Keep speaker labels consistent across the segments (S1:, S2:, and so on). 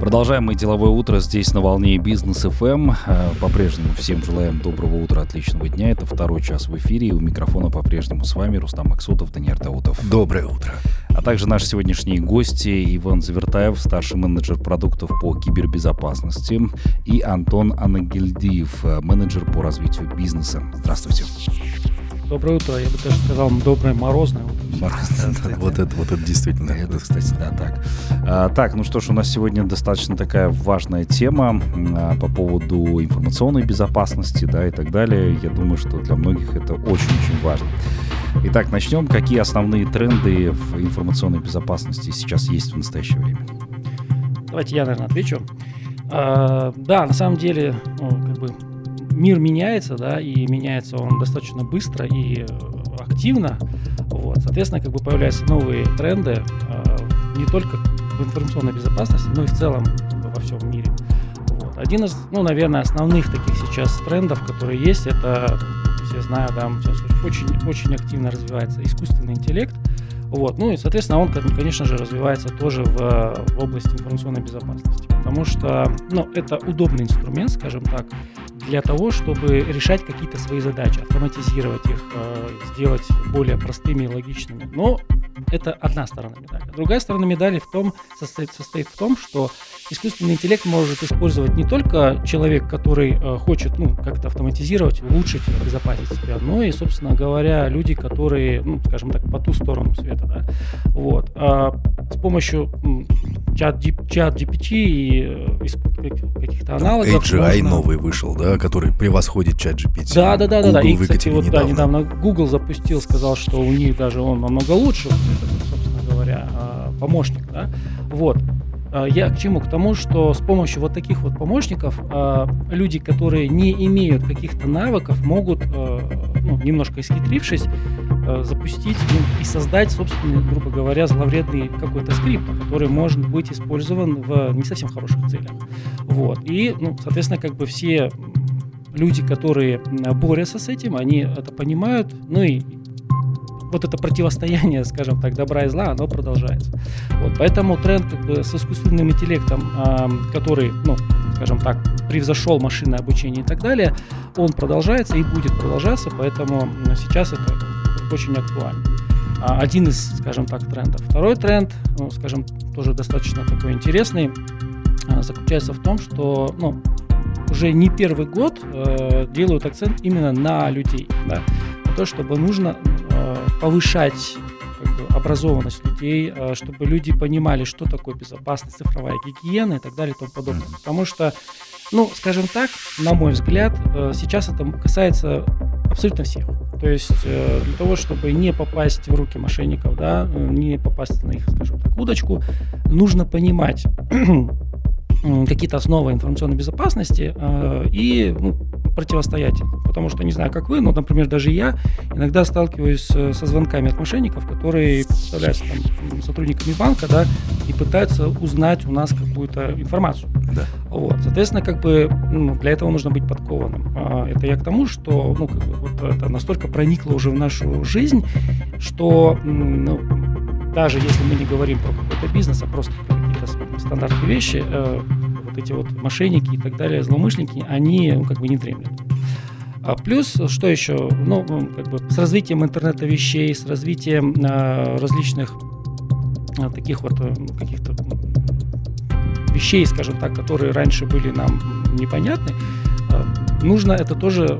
S1: Продолжаем мы деловое утро здесь на волне Бизнес ФМ. По-прежнему всем желаем доброго утра, отличного дня. Это второй час в эфире. И у микрофона по-прежнему с вами Рустам Максутов, Даниил Даутов.
S2: Доброе утро.
S1: А также наши сегодняшние гости: Иван Завертаев, старший менеджер продуктов по кибербезопасности, и Антон Анагельдиев, менеджер по развитию бизнеса. Здравствуйте.
S3: Доброе утро, я бы даже сказал, доброе морозное утро.
S2: Вот это действительно.
S1: Это, кстати, да, так. Так, ну что ж, у нас сегодня достаточно такая важная тема по поводу информационной безопасности, да, и так далее. Я думаю, что для многих это очень-очень важно. Итак, начнем. Какие основные тренды в информационной безопасности сейчас есть в настоящее время?
S3: Давайте я, наверное, отвечу. Да, на самом деле, мир меняется, да, и меняется он достаточно быстро и активно. Вот, соответственно, появляются новые тренды не только в информационной безопасности, но и в целом во всем мире. Вот. Один из, наверное, основных таких сейчас трендов, которые есть, это, все знают, да, сейчас очень активно развивается искусственный интеллект. Вот. Ну и, соответственно, он, конечно же, развивается тоже в области информационной безопасности, потому что это удобный инструмент, скажем так, для того, чтобы решать какие-то свои задачи, автоматизировать их, сделать более простыми и логичными. Но это одна сторона медали. Другая сторона медали состоит в том, что искусственный интеллект может использовать не только человек, который хочет как-то автоматизировать, улучшить, обезопасить себя, но и, собственно говоря, люди, которые, скажем так, по ту сторону света. Да? Вот. С помощью чат GPT и каких-то аналогов.
S2: AGI новый вышел, да, который превосходит чат GPT.
S3: Да.
S2: Google
S3: И, кстати, недавно Google запустил, сказал, что у них даже он намного лучше, собственно говоря, помощник. Да? Вот. Я к чему? К тому, что с помощью вот таких вот помощников люди, которые не имеют каких-то навыков, могут, немножко исхитрившись, запустить и создать собственный, грубо говоря, зловредный какой-то скрипт, который может быть использован в не совсем хороших целях. Вот. И, соответственно, все люди, которые борются с этим, они это понимают, и вот это противостояние, скажем так, добра и зла, оно продолжается. Вот, поэтому тренд с искусственным интеллектом, который, скажем так, превзошел машинное обучение и так далее, он продолжается и будет продолжаться, поэтому сейчас это очень актуально. Один из, скажем так, трендов. Второй тренд, скажем, тоже достаточно такой интересный, заключается в том, что, уже не первый год делают акцент именно на людей, да, на то, чтобы нужно повышать образованность людей, чтобы люди понимали, что такое безопасность, цифровая гигиена и так далее и тому подобное. Потому что, скажем так, на мой взгляд, сейчас это касается абсолютно всех. То есть для того, чтобы не попасть в руки мошенников, да, не попасть на их, скажем так, удочку, нужно понимать какие-то основы информационной безопасности и противостоять этому. Потому что, не знаю, как вы, но, например, даже я иногда сталкиваюсь со звонками от мошенников, которые представляются сотрудниками банка, да, и пытаются узнать у нас какую-то информацию.
S2: Да.
S3: Вот. Соответственно, для этого нужно быть подкованным. Это я к тому, что это настолько проникло уже в нашу жизнь, что даже если мы не говорим про какой-то бизнес, а просто про какие-то стандартные вещи, вот эти вот мошенники и так далее, злоумышленники, они не дремлют. Плюс, что еще? С развитием интернета вещей, с развитием различных таких вот каких-то вещей, скажем так, которые раньше были нам непонятны, нужно это тоже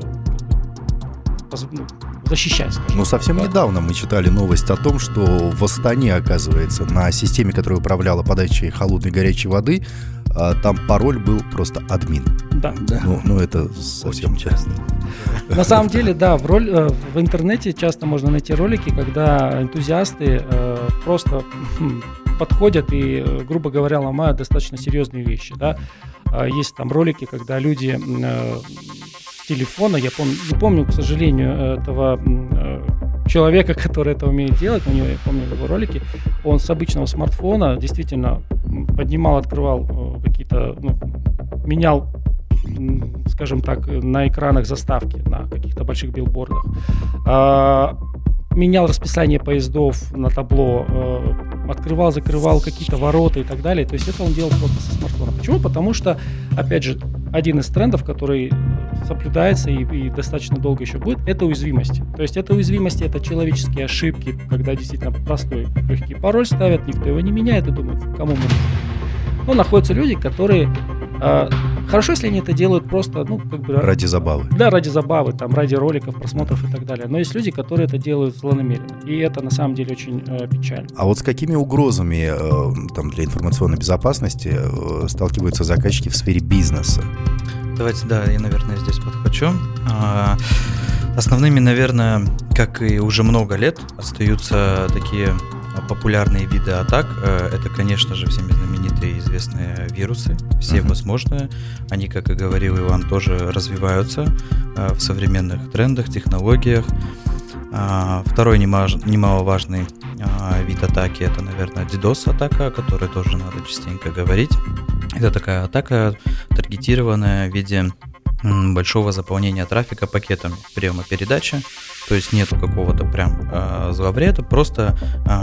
S3: защищать, скажем.
S2: Совсем недавно мы читали новость о том, что в Астане, оказывается, на системе, которая управляла подачей холодной и горячей воды, там пароль был просто админ.
S3: Да.
S2: Это совсем часто.
S3: На самом деле, да, в интернете часто можно найти ролики, когда энтузиасты просто подходят и, грубо говоря, ломают достаточно серьезные вещи. Да? Есть там ролики, когда люди с телефона, я не помню, к сожалению, этого человека, который это умеет делать, я помню его ролики, он с обычного смартфона действительно поднимал, открывал какие-то, менял, скажем так, на экранах заставки на каких-то больших билбордах, менял расписание поездов на табло, открывал, закрывал какие-то ворота и так далее. То есть это он делал просто со смартфона. Почему? Потому что, опять же, один из трендов, который соблюдается и достаточно долго еще будет, это уязвимости. То есть это уязвимости, это человеческие ошибки, когда действительно простой, легкий пароль ставят, никто его не меняет и думает, кому мы нужны. Но находятся люди, которые... Хорошо, если они это делают просто,
S2: ради забавы.
S3: Да, ради забавы, там, ради роликов, просмотров и так далее. Но есть люди, которые это делают злонамеренно. И это на самом деле очень печально.
S2: А вот с какими угрозами для информационной безопасности сталкиваются заказчики в сфере бизнеса?
S4: Давайте, я, наверное, здесь подхвачу. Основными, наверное, как и уже много лет, остаются такие популярные виды атак. Это, конечно же, всеми знаменитые и известные вирусы, все возможные. Они, как и говорил Иван, тоже развиваются в современных трендах, технологиях. Второй немаловажный вид атаки — это, наверное, DDoS-атака, о которой тоже надо частенько говорить. Это такая атака, таргетированная в виде большого заполнения трафика пакетами приема передачи. То есть нету какого-то прям зловреда, просто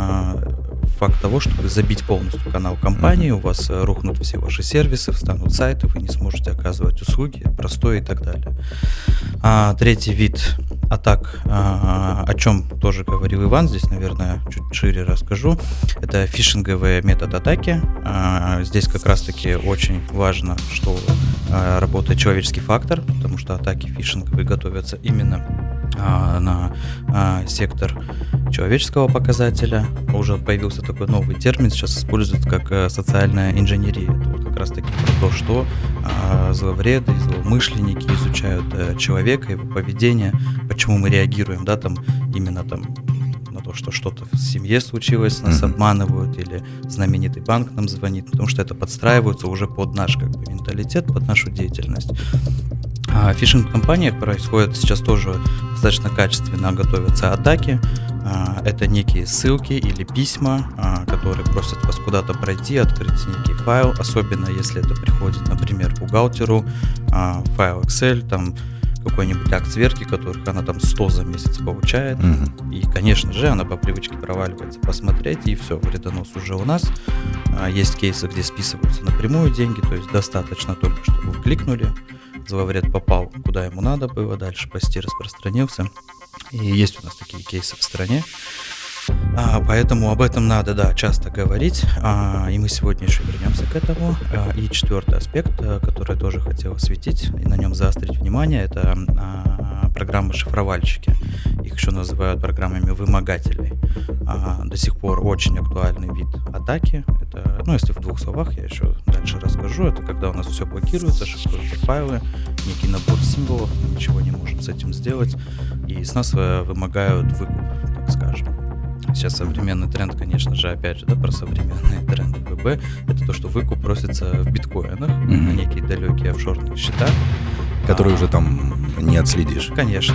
S4: факт того, чтобы забить полностью канал компании, у вас рухнут все ваши сервисы, встанут сайты, вы не сможете оказывать услуги, простой и так далее. Третий вид атак, о чем тоже говорил Иван, здесь, наверное, чуть шире расскажу, это фишинговые метод атаки. Здесь как раз-таки очень важно, что работает человеческий фактор, потому что атаки фишинговые готовятся именно на сектор человеческого показателя. Уже появился такой новый термин, сейчас используют как социальная инженерия. Это вот как раз таки про то, что зловреды, злоумышленники изучают человека, его поведение, почему мы реагируем, именно на то, что что-то в семье случилось, нас обманывают, или знаменитый банк нам звонит, потому что это подстраивается уже под наш менталитет, под нашу деятельность. В фишинг-компаниях происходит сейчас тоже достаточно качественно готовятся атаки. Это некие ссылки или письма, которые просят вас куда-то пройти, открыть некий файл, особенно если это приходит, например, бухгалтеру, файл Excel, какой-нибудь акт сверки, которых она 100 за месяц получает. И, конечно же, она по привычке проваливается посмотреть, и все, вредонос уже у нас. Есть кейсы, где списываются напрямую деньги, то есть достаточно только, чтобы вы кликнули, зловред попал куда ему надо было, дальше по сети распространился. И есть у нас такие кейсы в стране. Поэтому об этом надо, часто говорить. И мы сегодня еще вернемся к этому. И четвертый аспект, который я тоже хотел осветить и на нем заострить внимание, это программы-шифровальщики. Их еще называют программами-вымогателей. До сих пор очень актуальный вид атаки. Это, если в 2 словах, я еще дальше расскажу. Это когда у нас все блокируется, шифруются файлы, некий набор символов, мы ничего не можем с этим сделать. И с нас вымогают выкуп, так скажем. Сейчас современный тренд, конечно же, опять же, про современные тренды ВБ, это то, что выкуп просится в биткоинах на некие далекие офшорные счета.
S2: Которые уже не отследишь.
S4: Конечно.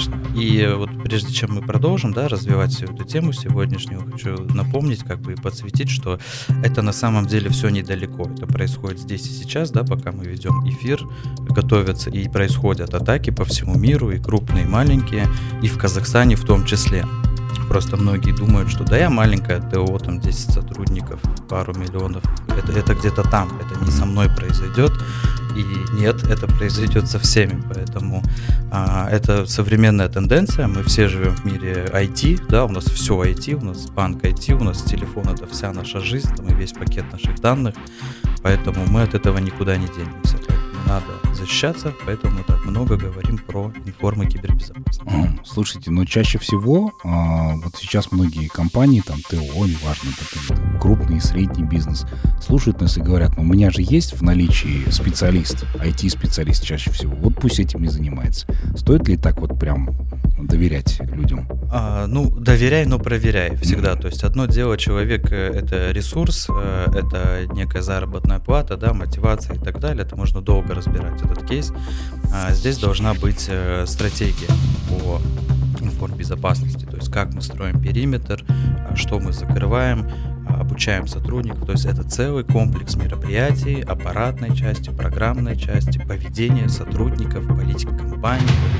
S4: И вот прежде чем мы продолжим, развивать всю эту тему сегодняшнюю, хочу напомнить, и подсветить, что это на самом деле все недалеко. Это происходит здесь и сейчас, пока мы ведем эфир, готовятся и происходят атаки по всему миру, и крупные, и маленькие, и в Казахстане в том числе. Просто многие думают, что я маленькая ТО, 10 сотрудников, пару миллионов, это где-то там, это не со мной произойдет. И нет, это произойдет со всеми, поэтому это современная тенденция, мы все живем в мире IT, у нас все IT, у нас банк IT, у нас телефон — это вся наша жизнь, и весь пакет наших данных, поэтому мы от этого никуда не денемся. Надо защищаться, поэтому мы так много говорим про формы кибербезопасности.
S1: Слушайте, но чаще всего вот сейчас многие компании, ТО, неважно, крупный и средний бизнес, слушают нас и говорят, у меня же есть в наличии специалист, IT-специалист чаще всего, вот пусть этим и занимается. Стоит ли так прям доверять людям?
S4: Доверяй, но проверяй всегда. То есть одно дело, человек — это ресурс, это некая заработная плата, мотивация и так далее. Это можно долго разбирать этот кейс. Здесь должна быть стратегия по информбезопасности, то есть как мы строим периметр, что мы закрываем, обучаем сотрудников. То есть это целый комплекс мероприятий, аппаратной части, программной части, поведения сотрудников, политики компании, политики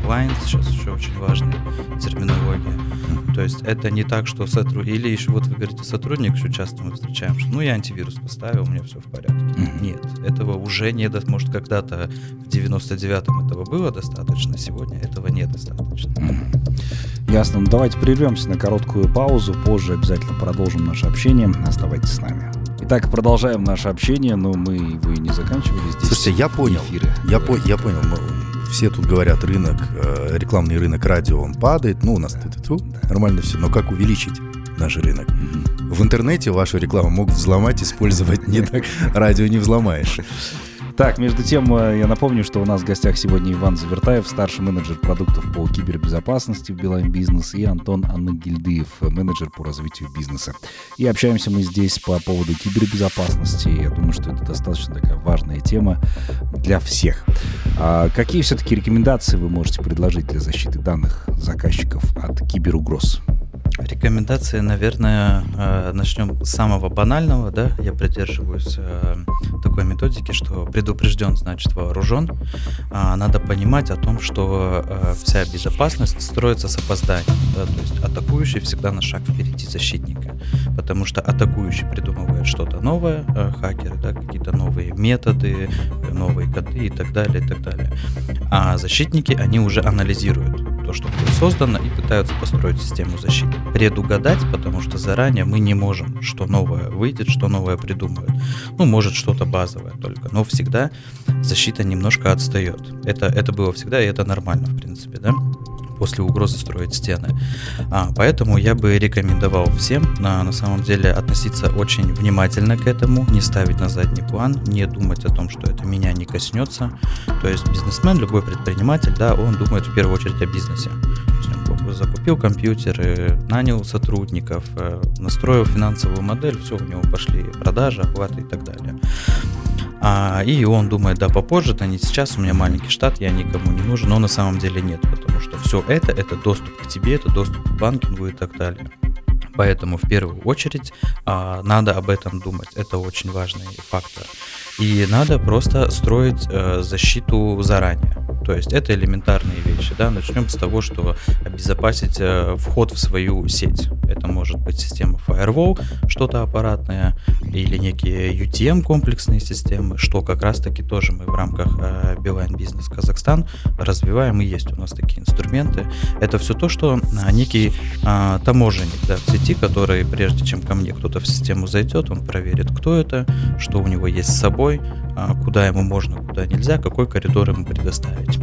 S4: комплайенс сейчас еще очень важная терминология. То есть это не так, что или еще вот вы говорите сотрудник, еще часто мы встречаем, что я антивирус поставил, у меня все в порядке. Нет, этого уже может когда-то в 99-м этого было достаточно, сегодня этого недостаточно.
S1: Ясно. Ну, давайте прервемся на короткую паузу, позже обязательно продолжим наше общение. Оставайтесь с нами. Итак, продолжаем наше общение, но мы его и не заканчивали здесь.
S2: Слушайте, я понял. Я понял. Все тут говорят, рекламный рынок радио, он падает. У нас нормально все. Но как увеличить наш рынок? В интернете вашу рекламу могут взломать, использовать не так. Радио не взломаешь.
S1: Так, между тем, я напомню, что у нас в гостях сегодня Иван Завертаев, старший менеджер продуктов по кибербезопасности в Билайн Бизнес, и Антон Анагильдыев, менеджер по развитию бизнеса. И общаемся мы здесь по поводу кибербезопасности. Я думаю, что это достаточно такая важная тема для всех. А какие все-таки рекомендации вы можете предложить для защиты данных заказчиков от киберугроз?
S4: Рекомендации, наверное, начнем с самого банального, да, я придерживаюсь такой методики, что предупрежден, значит вооружен. Надо понимать о том, что вся безопасность строится с опозданием, да, то есть атакующий всегда на шаг впереди защитника, потому что атакующий придумывает что-то новое, хакеры, да, какие-то новые методы, новые коды и так далее, а защитники, они уже анализируют то, что было создано, и пытаются построить систему защиты. Предугадать, потому что заранее мы не можем, что новое выйдет, что новое придумают. Может что-то базовое только, но всегда защита немножко отстает. Это было всегда, и это нормально, в принципе, да? После угрозы строить стены. Поэтому я бы рекомендовал всем на самом деле относиться очень внимательно к этому, не ставить на задний план, не думать о том, что это меня не коснется. То есть бизнесмен, любой предприниматель, да, он думает в первую очередь о бизнесе. Он закупил компьютеры, нанял сотрудников, настроил финансовую модель, все, у него пошли продажи, оплаты и так далее. И он думает, да, попозже, не сейчас, у меня маленький штат, я никому не нужен, но на самом деле нет, потому что все это доступ к тебе, это доступ к банкингу и так далее. Поэтому в первую очередь надо об этом думать, это очень важный фактор. И надо просто строить защиту заранее. То есть это элементарные вещи. Да? Начнем с того, что обезопасить вход в свою сеть. Это может быть система Firewall, что-то аппаратное, или некие UTM комплексные системы, что как раз-таки тоже мы в рамках Билайн Бизнес Казахстан развиваем, и есть у нас такие инструменты. Это все то, что некий таможенник, да, в сети, который прежде чем ко мне кто-то в систему зайдет, он проверит, кто это, что у него есть с собой, куда ему можно, куда нельзя, какой коридор ему предоставить.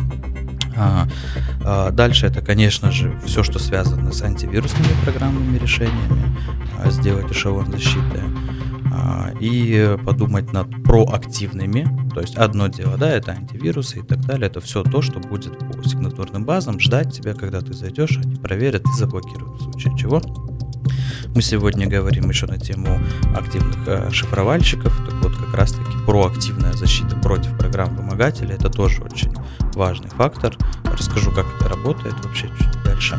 S4: Дальше это, конечно же, все, что связано с антивирусными программными решениями, сделать эшелон защиты и подумать над проактивными, то есть одно дело, да, это антивирусы и так далее, это все то, что будет по сигнатурным базам ждать тебя, когда ты зайдешь, они проверят и заблокируют в случае чего. Мы сегодня говорим еще на тему активных шифровальщиков. Так вот, как раз-таки проактивная защита против программ-вымогателей — это тоже очень важный фактор. Расскажу, как это работает вообще чуть дальше.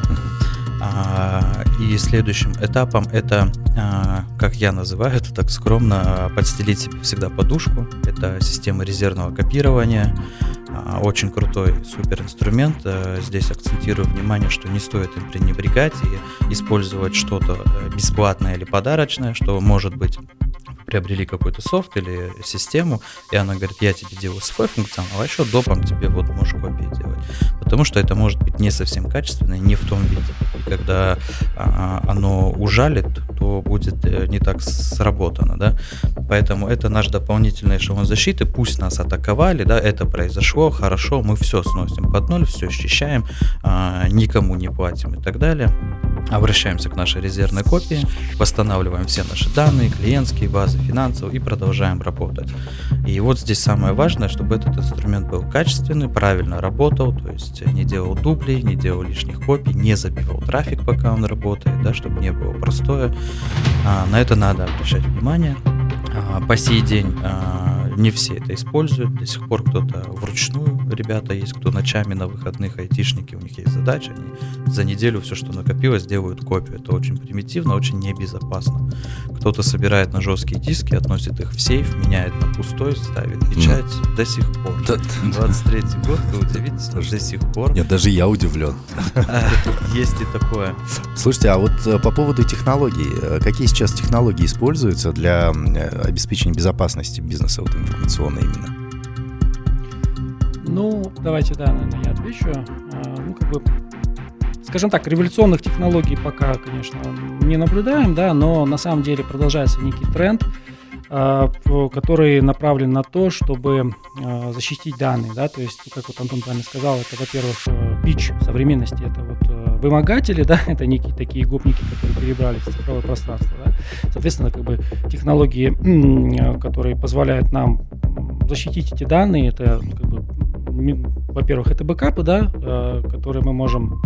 S4: И следующим этапом это, как я называю это так скромно, подстелить себе всегда подушку. Это система резервного копирования. Очень крутой суперинструмент. Здесь акцентирую внимание, что не стоит им пренебрегать и использовать что-то бесплатное или подарочное, что может быть приобрели какой-то софт или систему, и она говорит, я тебе делаю свой функционал, а еще допом тебе вот можешь копии делать. Потому что это может быть не совсем качественно, не в том виде. И когда оно ужалит, то будет не так сработано, да. Поэтому это наш дополнительный эшелон защиты. Пусть нас атаковали, да, это произошло, хорошо, мы все сносим под ноль, все счищаем, никому не платим и так далее. Обращаемся к нашей резервной копии, восстанавливаем все наши данные, клиентские базы, финансовые и продолжаем работать. И вот здесь самое важное, чтобы этот инструмент был качественный, правильно работал, то есть не делал дублей, не делал лишних копий, не забивал трафик, пока он работает, да, чтобы не было простое. На это надо обращать внимание. По сей день не все это используют, до сих пор кто-то вручную ребята есть, кто ночами на выходных, айтишники, у них есть задача, они за неделю все, что накопилось, делают копию. Это очень примитивно, очень небезопасно. Кто-то собирает на жесткие диски, относит их в сейф, меняет на пустой, ставит печать до сих пор. 23-й год, вы удивитесь, до сих пор.
S2: Нет, даже я удивлен.
S4: Есть и такое.
S2: Слушайте, а вот по поводу технологий, какие сейчас технологии используются для обеспечения безопасности бизнеса, вот информационной именно?
S3: Ну, давайте, наверное, я отвечу. Скажем так, революционных технологий пока, конечно, не наблюдаем, да, но на самом деле продолжается некий тренд, который направлен на то, чтобы защитить данные, да, то есть, как вот Антон правильно сказал, это, во-первых, бич современности, это вот вымогатели, да, это некие такие гопники, которые перебрались в цифровое пространство, да, соответственно, как бы технологии, которые позволяют нам защитить эти данные, это, как бы, во-первых, это бэкапы, да, которые мы можем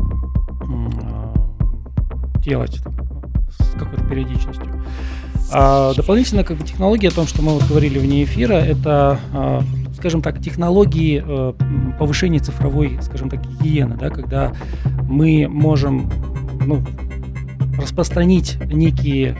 S3: делать там, с какой-то периодичностью. А дополнительно, как бы, технологии о том, что мы вот говорили вне эфира, это, скажем так, технологии повышения цифровой, скажем так, гигиены, да, когда мы можем, ну, распространить некие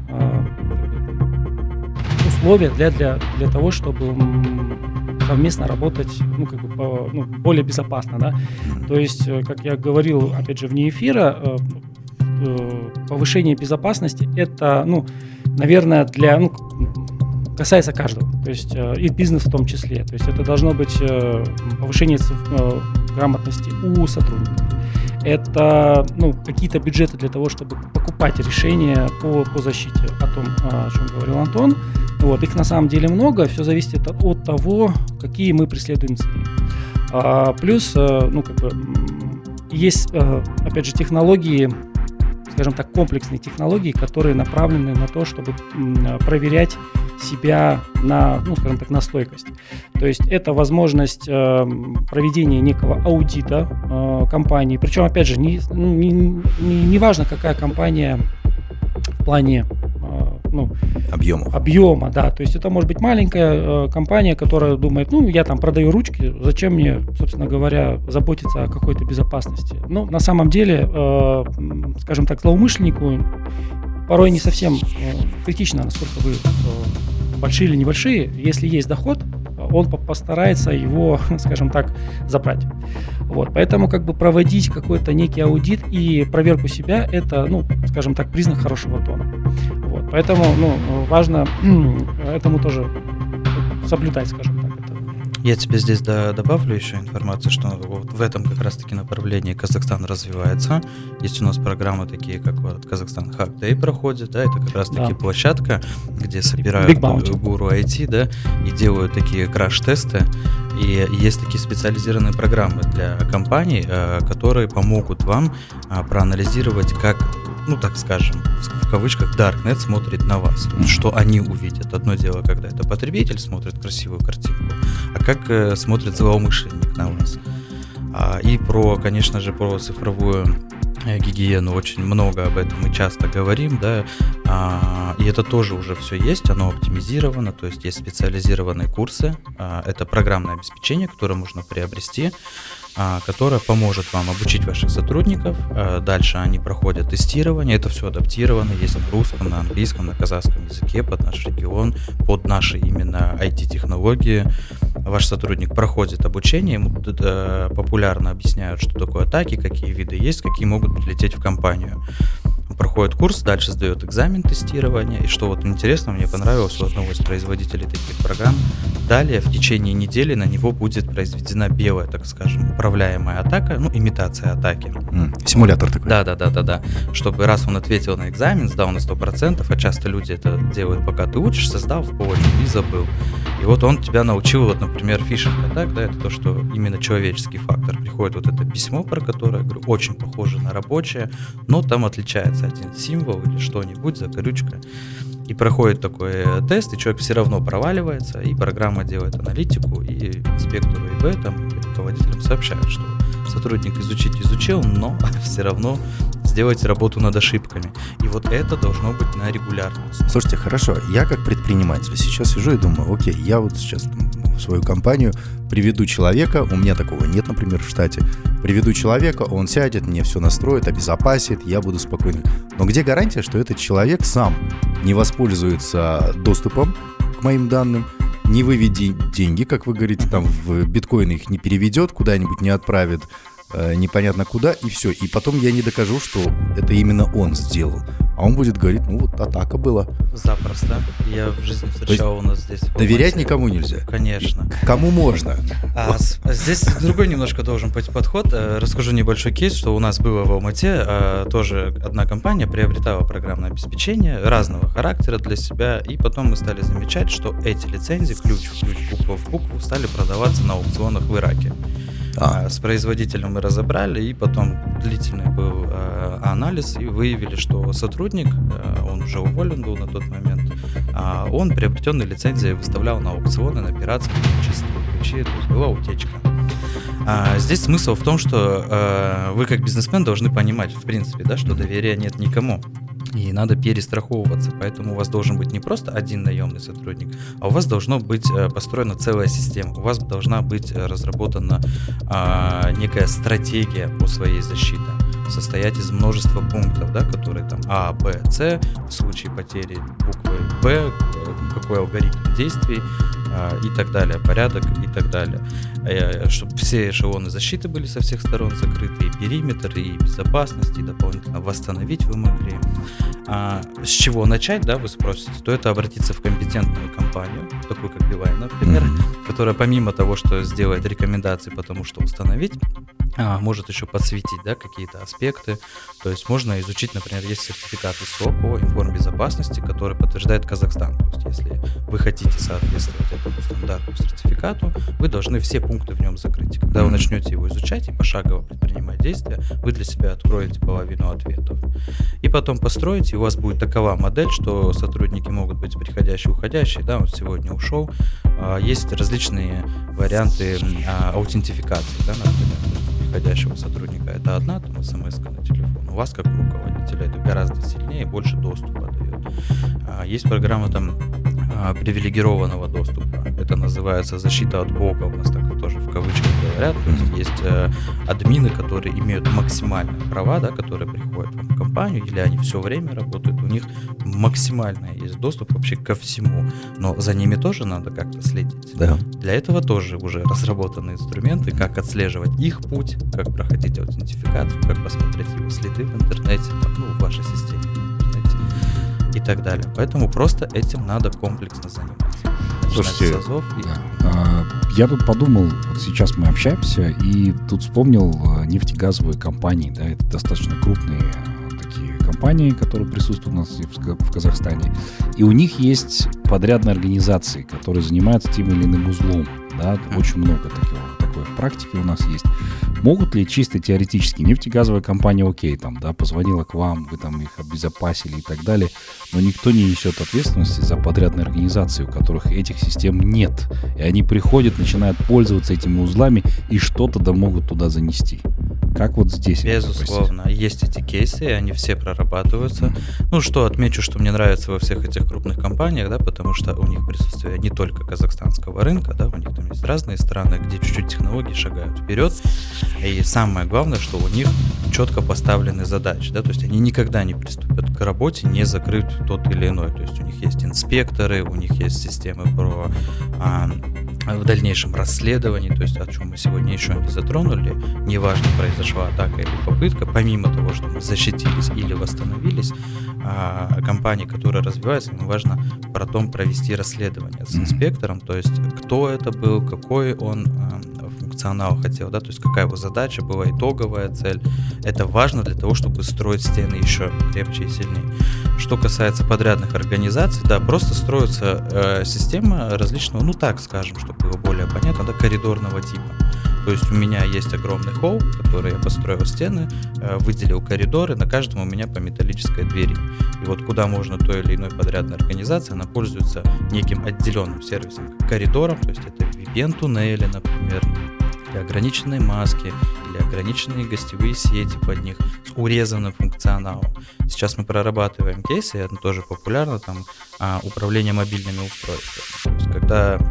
S3: условия для того, чтобы совместно работать, ну, как бы, более безопасно, да. То есть, как я говорил, опять же, вне эфира, повышение безопасности — это, ну, наверное, касается каждого, то есть и бизнес в том числе. То есть это должно быть повышение грамотности у сотрудников. Это, ну, какие-то бюджеты для того, чтобы покупать решения по защите, о том, о чем говорил Антон. Вот, их на самом деле много, все зависит от того, какие мы преследуем цели. Плюс, ну, как бы, есть, опять же, технологии, скажем так, комплексные технологии, которые направлены на то, чтобы проверять себя на, ну, скажем так, на стойкость. То есть это возможность проведения некого аудита компании. Причем, опять же, не важно, какая компания в плане объема, да. То есть это может быть маленькая компания, которая думает, ну, я там продаю ручки, зачем мне, собственно говоря, заботиться о какой-то безопасности. Ну, на самом деле, скажем так, злоумышленнику порой не совсем критично, насколько вы большие или небольшие. Если есть доход, он постарается его, скажем так, забрать. Вот, поэтому, как бы, проводить какой-то некий аудит и проверку себя — это, ну, скажем так, признак хорошего тона. Вот, поэтому, ну, важно этому тоже соблюдать, скажем так.
S4: Я тебе здесь добавлю еще информацию, что вот в этом как раз-таки направлении Казахстан развивается. Есть у нас программы такие, как вот Казахстан Hack Day проходит, да, это как раз-таки площадка, где собирают гуру IT, да, и делают такие краш-тесты. И есть такие специализированные программы для компаний, которые помогут вам проанализировать, как, ну, так скажем, в кавычках, Darknet смотрит на вас. То есть, что они увидят. Одно дело, когда это потребитель смотрит красивую картинку, а как смотрит злоумышленник на вас. И конечно же, про цифровую гигиену очень много об этом мы часто говорим, да, и это тоже уже все есть, оно оптимизировано, то есть специализированные курсы, это программное обеспечение, которое можно приобрести, которая поможет вам обучить ваших сотрудников. Дальше они проходят тестирование, это все адаптировано, есть на русском, на английском, на казахском языке, под наш регион, под наши именно IT-технологии. Ваш сотрудник проходит обучение, ему популярно объясняют, что такое атаки, какие виды есть, какие могут прилететь в компанию. Он проходит курс, дальше сдает экзамен тестирования. И что вот интересно, мне понравилось у одного из производителей таких программ, далее в течение недели на него будет произведена белая, так скажем, управляемая атака, ну, имитация атаки.
S2: Симулятор такой.
S4: Да. Чтобы раз он ответил на экзамен, сдал на 100%, а часто люди это делают, пока ты учишься, сдал в полочку и забыл. И вот он тебя научил, вот, например, фишинг-атак, да, это то, что именно человеческий фактор. Приходит вот это письмо, про которое я говорю, очень похоже на рабочее, но там отличается один символ или что-нибудь, закорючка. И проходит такой тест, и человек все равно проваливается, и программа делает аналитику, и инспектору ИБ, там, и руководителям сообщают, что сотрудник изучил, но все равно сделать работу над ошибками. И вот это должно быть на регулярной основе.
S2: Слушайте, хорошо, я как предприниматель сейчас сижу и думаю, окей, я вот сейчас в свою компанию, приведу человека, у меня такого нет, например, в штате, приведу человека, он сядет, мне все настроит, обезопасит, я буду спокойным. Но где гарантия, что этот человек сам не воспользуется доступом к моим данным, не выведет деньги, как вы говорите, там в биткоины их не переведет, куда-нибудь не отправит, непонятно куда, и все. И потом я не докажу, что это именно он сделал. А он будет говорить, ну вот атака была.
S4: Запросто. Я в жизни встречал у нас здесь.
S2: Доверять никому нельзя?
S4: Конечно.
S2: Кому можно?
S4: Здесь другой немножко должен быть подход. Расскажу небольшой кейс, что у нас было в Алмате. Тоже одна компания приобретала программное обеспечение разного характера для себя. И потом мы стали замечать, что эти лицензии, ключ в ключ, буква в букву, стали продаваться на аукционах в Ираке. С производителем мы разобрали, и потом длительный был анализ, и выявили, что сотрудник, он уже уволен был на тот момент, он приобретенные лицензии выставлял на аукционы, на пиратские чистые ключи, то есть была утечка. Здесь смысл в том, что вы как бизнесмен должны понимать, в принципе, да, что доверия нет никому. И надо перестраховываться, поэтому у вас должен быть не просто один наемный сотрудник, а у вас должна быть построена целая система, у вас должна быть разработана некая стратегия по своей защите, состоять из множества пунктов, да, которые там А, Б, С, в случае потери буквы Б, какой алгоритм действий и так далее, порядок и так далее. Чтобы все эшелоны защиты были со всех сторон закрыты, и периметр, и безопасность, и дополнительно восстановить вы могли. С чего начать, да, вы спросите, то это обратиться в компетентную компанию, такую как Билайн, например, которая помимо того, что сделает рекомендации по тому, что установить, может еще подсветить, да, какие-то аспекты. То есть можно изучить, например, есть сертификат ISO по информбезопасности, который подтверждает Казахстан. То есть если вы хотите соответствовать этому стандарту, сертификату, вы должны все пункты в нем закрыть. Когда вы начнете его изучать и пошагово предпринимать действия, вы для себя откроете половину ответов. И потом построите, и у вас будет такова модель, что сотрудники могут быть приходящие, уходящие, да, он сегодня ушел. Есть различные варианты аутентификации, да, например, приходящего сотрудника. Это одна там смс-ка на телефон. У вас, как руководителя, это гораздо сильнее и больше доступа дает. Есть программа там привилегированного доступа. Это называется защита от бога. У нас так тоже в кавычках говорят. То есть админы, которые имеют максимальные права, да, которые приходят в компанию, или они все время работают, у них максимальный есть доступ вообще ко всему. Но за ними тоже надо как-то следить.
S2: Да.
S4: Для этого тоже уже разработаны инструменты, как отслеживать их путь, как проходить аутентификацию, как посмотреть его следы в интернете, в вашей системе в интернете и так далее. Поэтому просто этим надо комплексно заниматься.
S1: Слушайте, я тут подумал, вот сейчас мы общаемся, и тут вспомнил нефтегазовые компании, да, это достаточно крупные такие компании, которые присутствуют у нас в Казахстане, и у них есть подрядные организации, которые занимаются тем или иным узлом, да, очень много такое в практике у нас есть. Могут ли чисто теоретически нефтегазовая компания, окей, там, да, позвонила к вам, вы там их обезопасили и так далее, но никто не несет ответственности за подрядные организации, у которых этих систем нет. И они приходят, начинают пользоваться этими узлами и что-то да могут туда занести. Как вот здесь?
S4: Безусловно, есть эти кейсы, и они все прорабатываются. Отмечу, что мне нравится во всех этих крупных компаниях, да, потому что у них присутствие не только казахстанского рынка, да, у них там есть разные страны, где чуть-чуть технологии шагают вперед. И самое главное, что у них четко поставлены задачи, да, то есть они никогда не приступят к работе, не закрыть тот или иной. То есть у них есть инспекторы, у них есть системы про в дальнейшем расследовании, то есть о чем мы сегодня еще не затронули, неважно, произошла атака или попытка, помимо того, что мы защитились или восстановились, компании, которые развиваются, им важно потом провести расследование с инспектором, то есть кто это был, какой он функционал хотел, да, то есть какая его задача была, итоговая цель. Это важно для того, чтобы строить стены еще крепче и сильнее. Что касается подрядных организаций, да, просто строится система различного, так скажем, чтобы было более понятно, да, коридорного типа. То есть у меня есть огромный холл, который я построил стены, выделил коридоры, на каждом у меня по металлической двери. И вот куда можно той или иной подрядной организации, она пользуется неким отделенным сервисом, коридором, то есть это VPN-туннели, например, или ограниченные маски, или ограниченные гостевые сети под них с урезанным функционалом. Сейчас мы прорабатываем кейсы, это тоже популярно, там управление мобильными устройствами. То есть когда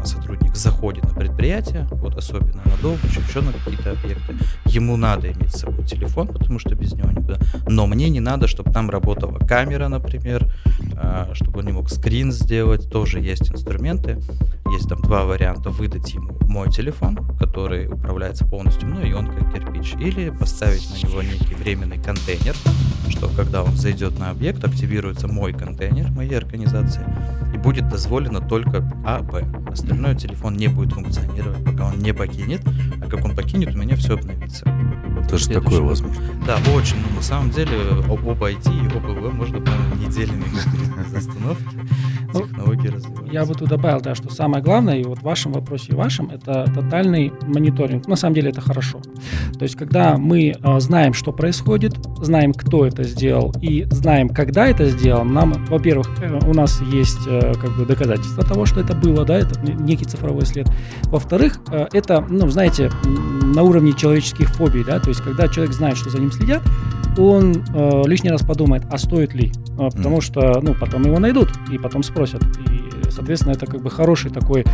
S4: сотрудник заходит на предприятие, вот особенно на дом, еще на какие-то объекты, ему надо иметь с собой телефон, потому что без него никуда. Но мне не надо, чтобы там работала камера, например, чтобы он не мог скрин сделать. Тоже есть инструменты. Есть там 2 варианта: выдать ему мой телефон, который управляется полностью мной, и он как кирпич, или поставить на него некий временный контейнер, что когда он зайдет на объект, активируется мой контейнер моей организации, и будет дозволено только А, Б. Остальное телефон не будет функционировать, пока он не покинет, а как он покинет, у меня все обновится.
S2: Тоже такое возможно.
S4: Да, очень. Но на самом деле оба IT и оба В можно прям неделями без остановки. Технологии развиваются.
S3: Я бы тут добавил, да, что самое главное, и вот в вашем вопросе и вашем, это тотальный мониторинг. На самом деле это хорошо. То есть, когда мы знаем, что происходит, знаем, кто это сделал, и знаем, когда это сделал, нам, во-первых, у нас есть как бы доказательства того, что это было, да, это некий цифровой след. Во-вторых, это, знаете, на уровне человеческих фобий, да, то есть, когда человек знает, что за ним следят, он лишний раз подумает, а стоит ли, потому что, потом его найдут и потом спросят, и, соответственно, это как бы хороший такой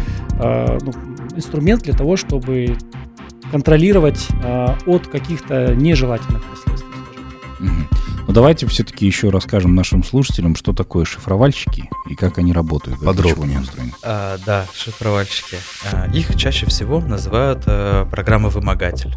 S3: инструмент для того, чтобы контролировать от каких-то нежелательных последствий.
S1: Ну, давайте все-таки еще расскажем нашим слушателям, что такое шифровальщики и как они работают.
S2: Подробнее.
S4: Да, шифровальщики. Их чаще всего называют программа-вымогатель.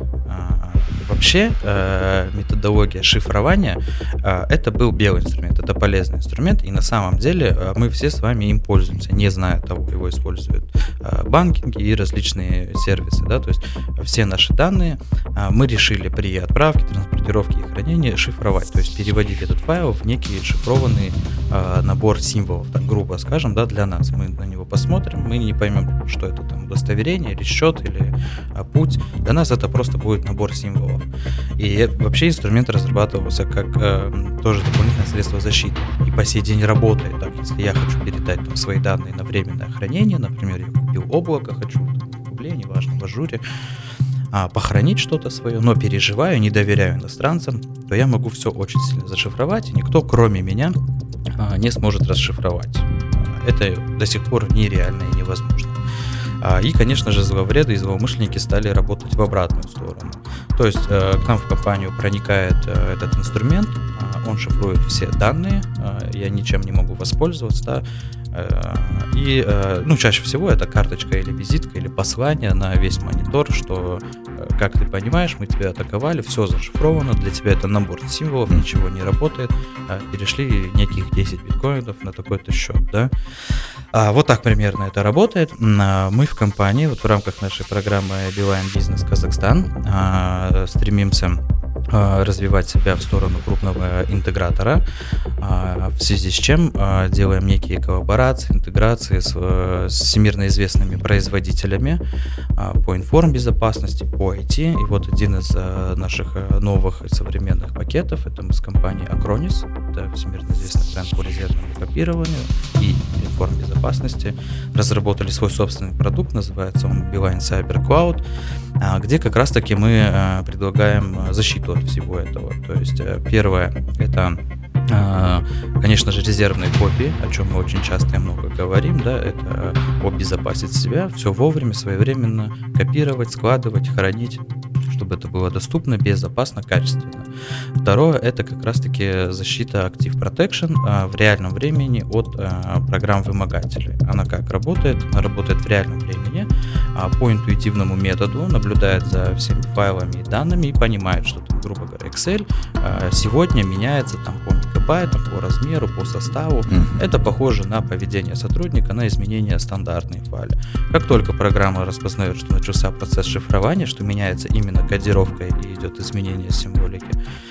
S4: Вообще, методология шифрования это был белый инструмент, это полезный инструмент, и на самом деле мы все с вами им пользуемся, не зная того, его используют банкинги и различные сервисы. Да? То есть все наши данные мы решили при отправке, транспортировке и хранении шифровать, то есть переводить этот файл в некий шифрованный набор символов, так грубо скажем, да, для нас. Мы на него посмотрим, мы не поймем, что это там удостоверение или счет или путь. Для нас это просто будет набор символов. И вообще инструмент разрабатывался как тоже дополнительное средство защиты. И по сей день работает так. Если я хочу передать там свои данные на временное хранение, например, я купил облако, хочу в Гугле, неважно, в Ажуре, похоронить что-то свое, но переживаю, не доверяю иностранцам, то я могу все очень сильно зашифровать, и никто, кроме меня, не сможет расшифровать. Это до сих пор нереально и невозможно. И, конечно же, зловреды и злоумышленники стали работать в обратную сторону. То есть к нам в компанию проникает этот инструмент, он шифрует все данные, я ничем не могу воспользоваться, да, и чаще всего это карточка или визитка или послание на весь монитор, что, как ты понимаешь, мы тебя атаковали, все зашифровано, для тебя это набор символов, ничего не работает, перешли неких 10 биткоинов на такой-то счет, да. Вот так примерно это работает. Мы в компании, вот в рамках нашей программы Beeline Business Казахстан, стремимся развивать себя в сторону крупного интегратора, в связи с чем делаем некие коллаборации, интеграции с всемирно известными производителями по информбезопасности, по IT. И вот один из наших новых современных пакетов, это мы с компанией Acronis, это всемирно известный бренд по резервному копированию и информбезопасности, разработали свой собственный продукт, называется он Beeline Cyber Cloud, где как раз-таки мы предлагаем защиту от всего этого. То есть первое — это, конечно же, резервные копии, о чем мы очень часто и много говорим, да, это обезопасить себя, все вовремя, своевременно копировать, складывать, хранить, чтобы это было доступно, безопасно, качественно. Второе — это как раз-таки защита Active Protection в реальном времени от программ-вымогателей. Она как работает? Она работает в реальном времени по интуитивному методу, наблюдает за всеми файлами и данными и понимает, что там, грубо говоря, Excel сегодня меняется там по мегабайтам, по размеру, по составу. Это похоже на поведение сотрудника, на изменения стандартной файла. Как только программа распознает, что начался процесс шифрования, что меняется именно кодировка и идет изменение символики,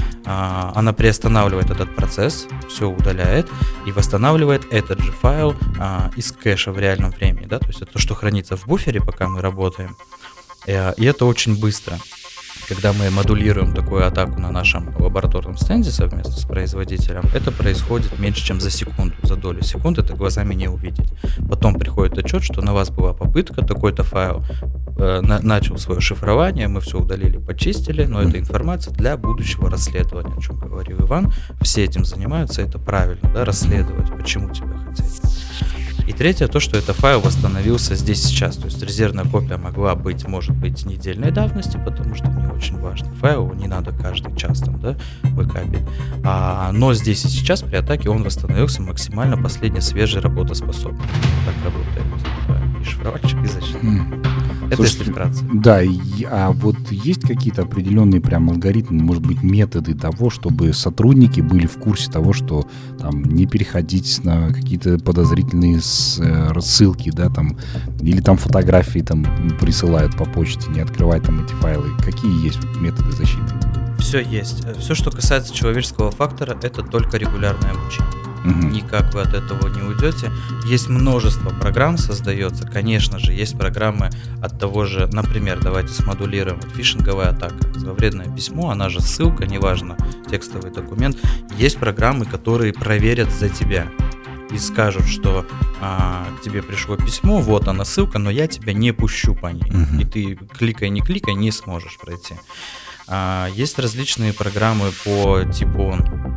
S4: она приостанавливает этот процесс, все удаляет и восстанавливает этот же файл из кэша в реальном времени, да, то есть это то, что хранится в буфере, пока мы работаем, и это очень быстро. Когда мы модулируем такую атаку на нашем лабораторном стенде совместно с производителем, это происходит меньше, чем за секунду, за долю секунд, это глазами не увидеть. Потом приходит отчет, что на вас была попытка, такой-то файл начал свое шифрование, мы все удалили, почистили, но это информация для будущего расследования, о чем говорил Иван. Все этим занимаются, это правильно, да, расследовать, почему тебя хотели. И третье, то, что это файл восстановился здесь сейчас. То есть резервная копия могла быть, может быть, недельной давности, потому что не очень важный файл, не надо каждый час там, да, бэкапить. Но здесь и сейчас при атаке он восстановился максимально последний свежий работоспособный. Так работает и шифровальщик, и защитник. Это
S1: Слушайте,
S4: если вкратце.
S1: Да, а вот есть какие-то определенные прям алгоритмы, может быть, методы того, чтобы сотрудники были в курсе того, что там не переходить на какие-то подозрительные ссылки, да, там, или там фотографии там присылают по почте, не открывать там эти файлы. Какие есть методы защиты?
S4: Все есть. Все, что касается человеческого фактора, это только регулярное обучение. Никак вы от этого не уйдете. Есть множество программ создается. Конечно же, есть программы от того же, например, давайте смодулируем фишинговая атака, зловредное письмо, она же ссылка, неважно, текстовый документ. Есть программы, которые проверят за тебя и скажут, что к тебе пришло письмо, вот она ссылка, но я тебя не пущу по ней. И ты кликай, не сможешь пройти. Есть различные программы по типу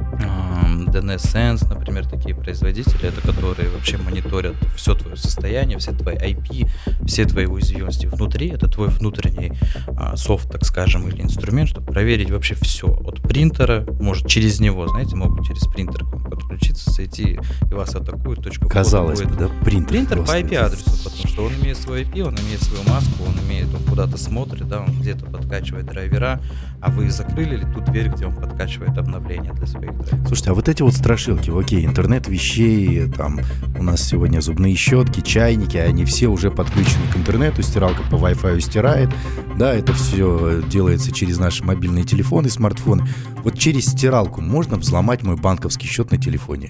S4: DNSSense, например, такие производители, это которые вообще мониторят все твое состояние, все твои IP, все твои уязвимости внутри. Это твой внутренний софт, так скажем, или инструмент, чтобы проверить вообще все. От принтера, может, через него, знаете, могут через принтер подключиться, зайти, и вас атакуют.
S2: Казалось бы, да,
S4: принтер по IP-адресу, потому что он имеет свой IP, он имеет свою маску, он куда-то смотрит, да, он где-то подкачивает драйвера, а вы закрыли ли ту дверь, где он подкачивает обновления для своих драйверов.
S2: Слушайте, а вот эти вот страшилки, окей, интернет вещей, там у нас сегодня зубные щетки, чайники, они все уже подключены к интернету, стиралка по Wi-Fi стирает, да, это все делается через наши мобильные телефоны, смартфоны. Вот через стиралку можно взломать мой банковский счет на телефоне?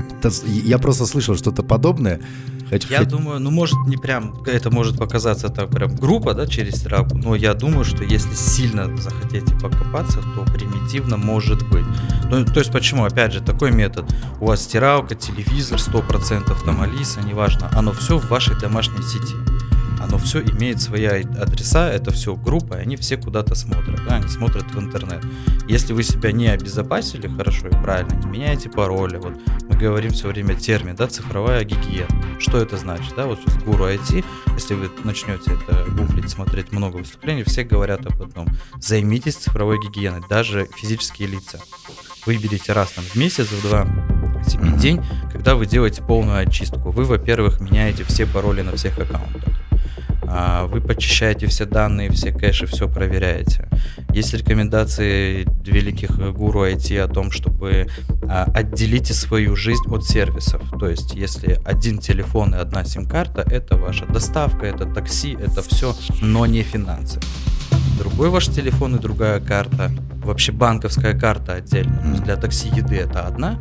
S2: Я просто слышал что-то подобное.
S4: Я думаю, может не прям, это может показаться так прям группа, да, через стиралку, но я думаю, что если сильно захотите покопаться, то примитивно может быть. Ну, то есть почему? Опять же, такой метод. У вас стиралка, телевизор, 100% там Алиса, неважно, оно все в вашей домашней сети. Оно все имеет свои адреса, это все группа, и они все куда-то смотрят, да, они смотрят в интернет. Если вы себя не обезопасили хорошо и правильно, не меняете пароли, вот мы говорим все время термин, да, цифровая гигиена. Что это значит, да, вот сейчас гуру IT, если вы начнете это гуглить, смотреть много выступлений, все говорят об одном: займитесь цифровой гигиеной, даже физические лица. Выберите раз там в месяц, в 2 себе день, когда вы делаете полную очистку. Вы, во-первых, меняете все пароли на всех аккаунтах. Вы почищаете все данные, все кэши, все проверяете. Есть рекомендации великих гуру IT о том, чтобы отделите свою жизнь от сервисов. То есть, если один телефон и одна сим-карта, это ваша доставка, это такси, это все, но не финансы. Другой ваш телефон и другая карта, вообще банковская карта отдельно. То есть для такси еды это одна,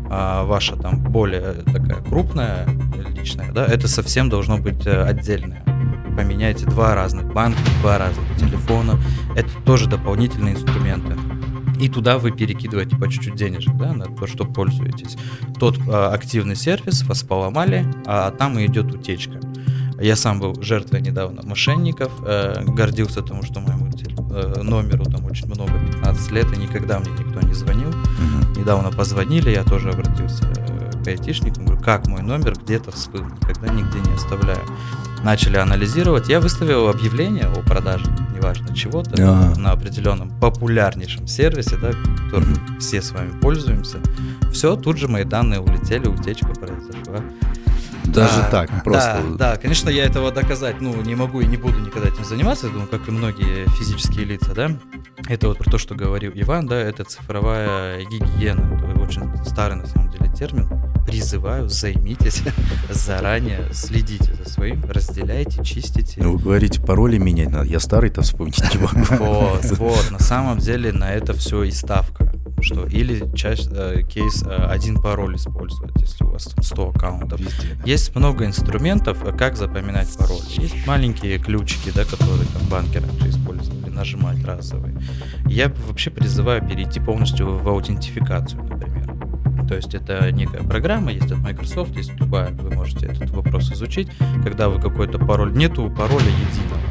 S4: а ваша там более такая крупная, личная, да, это совсем должно быть отдельное. Поменяйте 2 разных банка, 2 разных телефона. Это тоже дополнительные инструменты. И туда вы перекидываете по чуть-чуть денежек, да, на то, что пользуетесь. Тот активный сервис вас поломали, а там и идет утечка. Я сам был жертвой недавно мошенников, гордился тому, что моему номеру там очень много, 15 лет, и никогда мне никто не звонил. Недавно позвонили, я тоже обратился к айтишникам, говорю, как мой номер где-то всплыл, никогда нигде не оставляю. Начали анализировать, я выставил объявление о продаже, неважно чего-то, на определенном популярнейшем сервисе, да, которым все с вами пользуемся. Все, тут же мои данные улетели, утечка произошла.
S2: Даже так, просто.
S4: Да, конечно, я этого доказать, не могу и не буду никогда этим заниматься, я думаю, как и многие физические лица, да. Это вот про то, что говорил Иван, да, это цифровая гигиена, это очень старый на самом деле термин. Призываю, займитесь заранее, следите за своим, разделяйте, чистите.
S2: Вы говорите, пароли менять надо, я старый-то вспомнить не могу.
S4: Вот, на самом деле на это все и ставка. Что или кейс один пароль использовать, если у вас там 100 аккаунтов. Есть много инструментов, как запоминать пароли. Есть маленькие ключики, да, которые там банки раньше использовали, нажимать разовые. Я вообще призываю перейти полностью в аутентификацию, например. То есть это некая программа, есть от Microsoft, есть любая, вы можете этот вопрос изучить, когда вы какой-то пароль, нету пароля единого.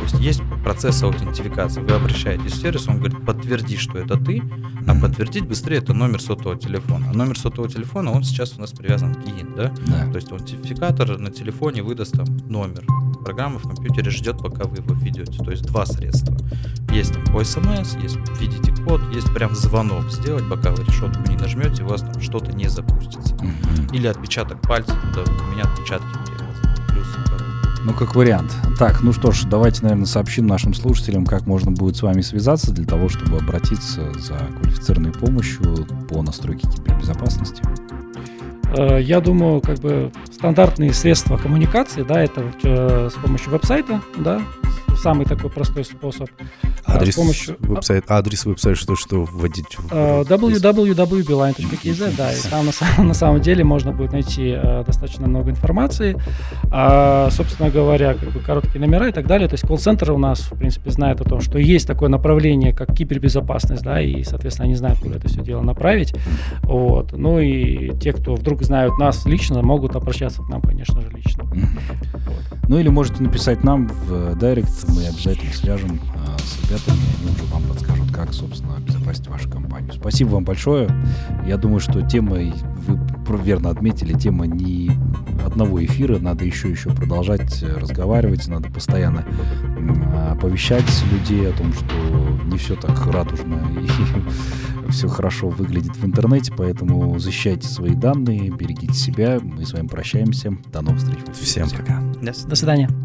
S4: То есть есть процесс аутентификации. Вы обращаетесь в сервис, он говорит, подтверди, что это ты, а подтвердить быстрее это номер сотового телефона. А номер сотового телефона, он сейчас у нас привязан к ИИН, да? То есть аутентификатор на телефоне выдаст там номер. Программа в компьютере ждет, пока вы его введете. То есть два средства. Есть там по СМС, есть видите код, есть прям звонок сделать, пока вы решетку не нажмете, у вас там что-то не запустится. Или отпечаток пальца, туда у меня отпечатки привязаны. Плюс.
S1: Ну, как вариант. Так, ну что ж, давайте, наверное, сообщим нашим слушателям, как можно будет с вами связаться для того, чтобы обратиться за квалифицированной помощью по настройке кибербезопасности.
S3: Я думаю, как бы стандартные средства коммуникации, да, это с помощью веб-сайта, да, самый такой простой способ.
S2: Адрес веб-сайта, что вводить?
S3: www.beeline.kz, да, и там на самом деле можно будет найти достаточно много информации, собственно говоря, как бы короткие номера и так далее. То есть колл-центр у нас, в принципе, знает о том, что есть такое направление, как кибербезопасность, да, и, соответственно, они знают, куда это все дело направить. Вот. Ну и те, кто вдруг знают нас лично, могут обращаться к нам, конечно же, лично. Вот.
S1: Ну или можете написать нам в директ, мы обязательно свяжем с ребятами, они уже вам подскажут, как, собственно, обезопасить вашу компанию. Спасибо вам большое. Я думаю, что тема, вы верно отметили, тема не одного эфира, надо еще продолжать разговаривать, надо постоянно оповещать людей о том, что не все так радужно и все хорошо выглядит в интернете, поэтому защищайте свои данные, берегите себя. Мы с вами прощаемся. До новых встреч.
S2: Всем пока.
S3: До свидания.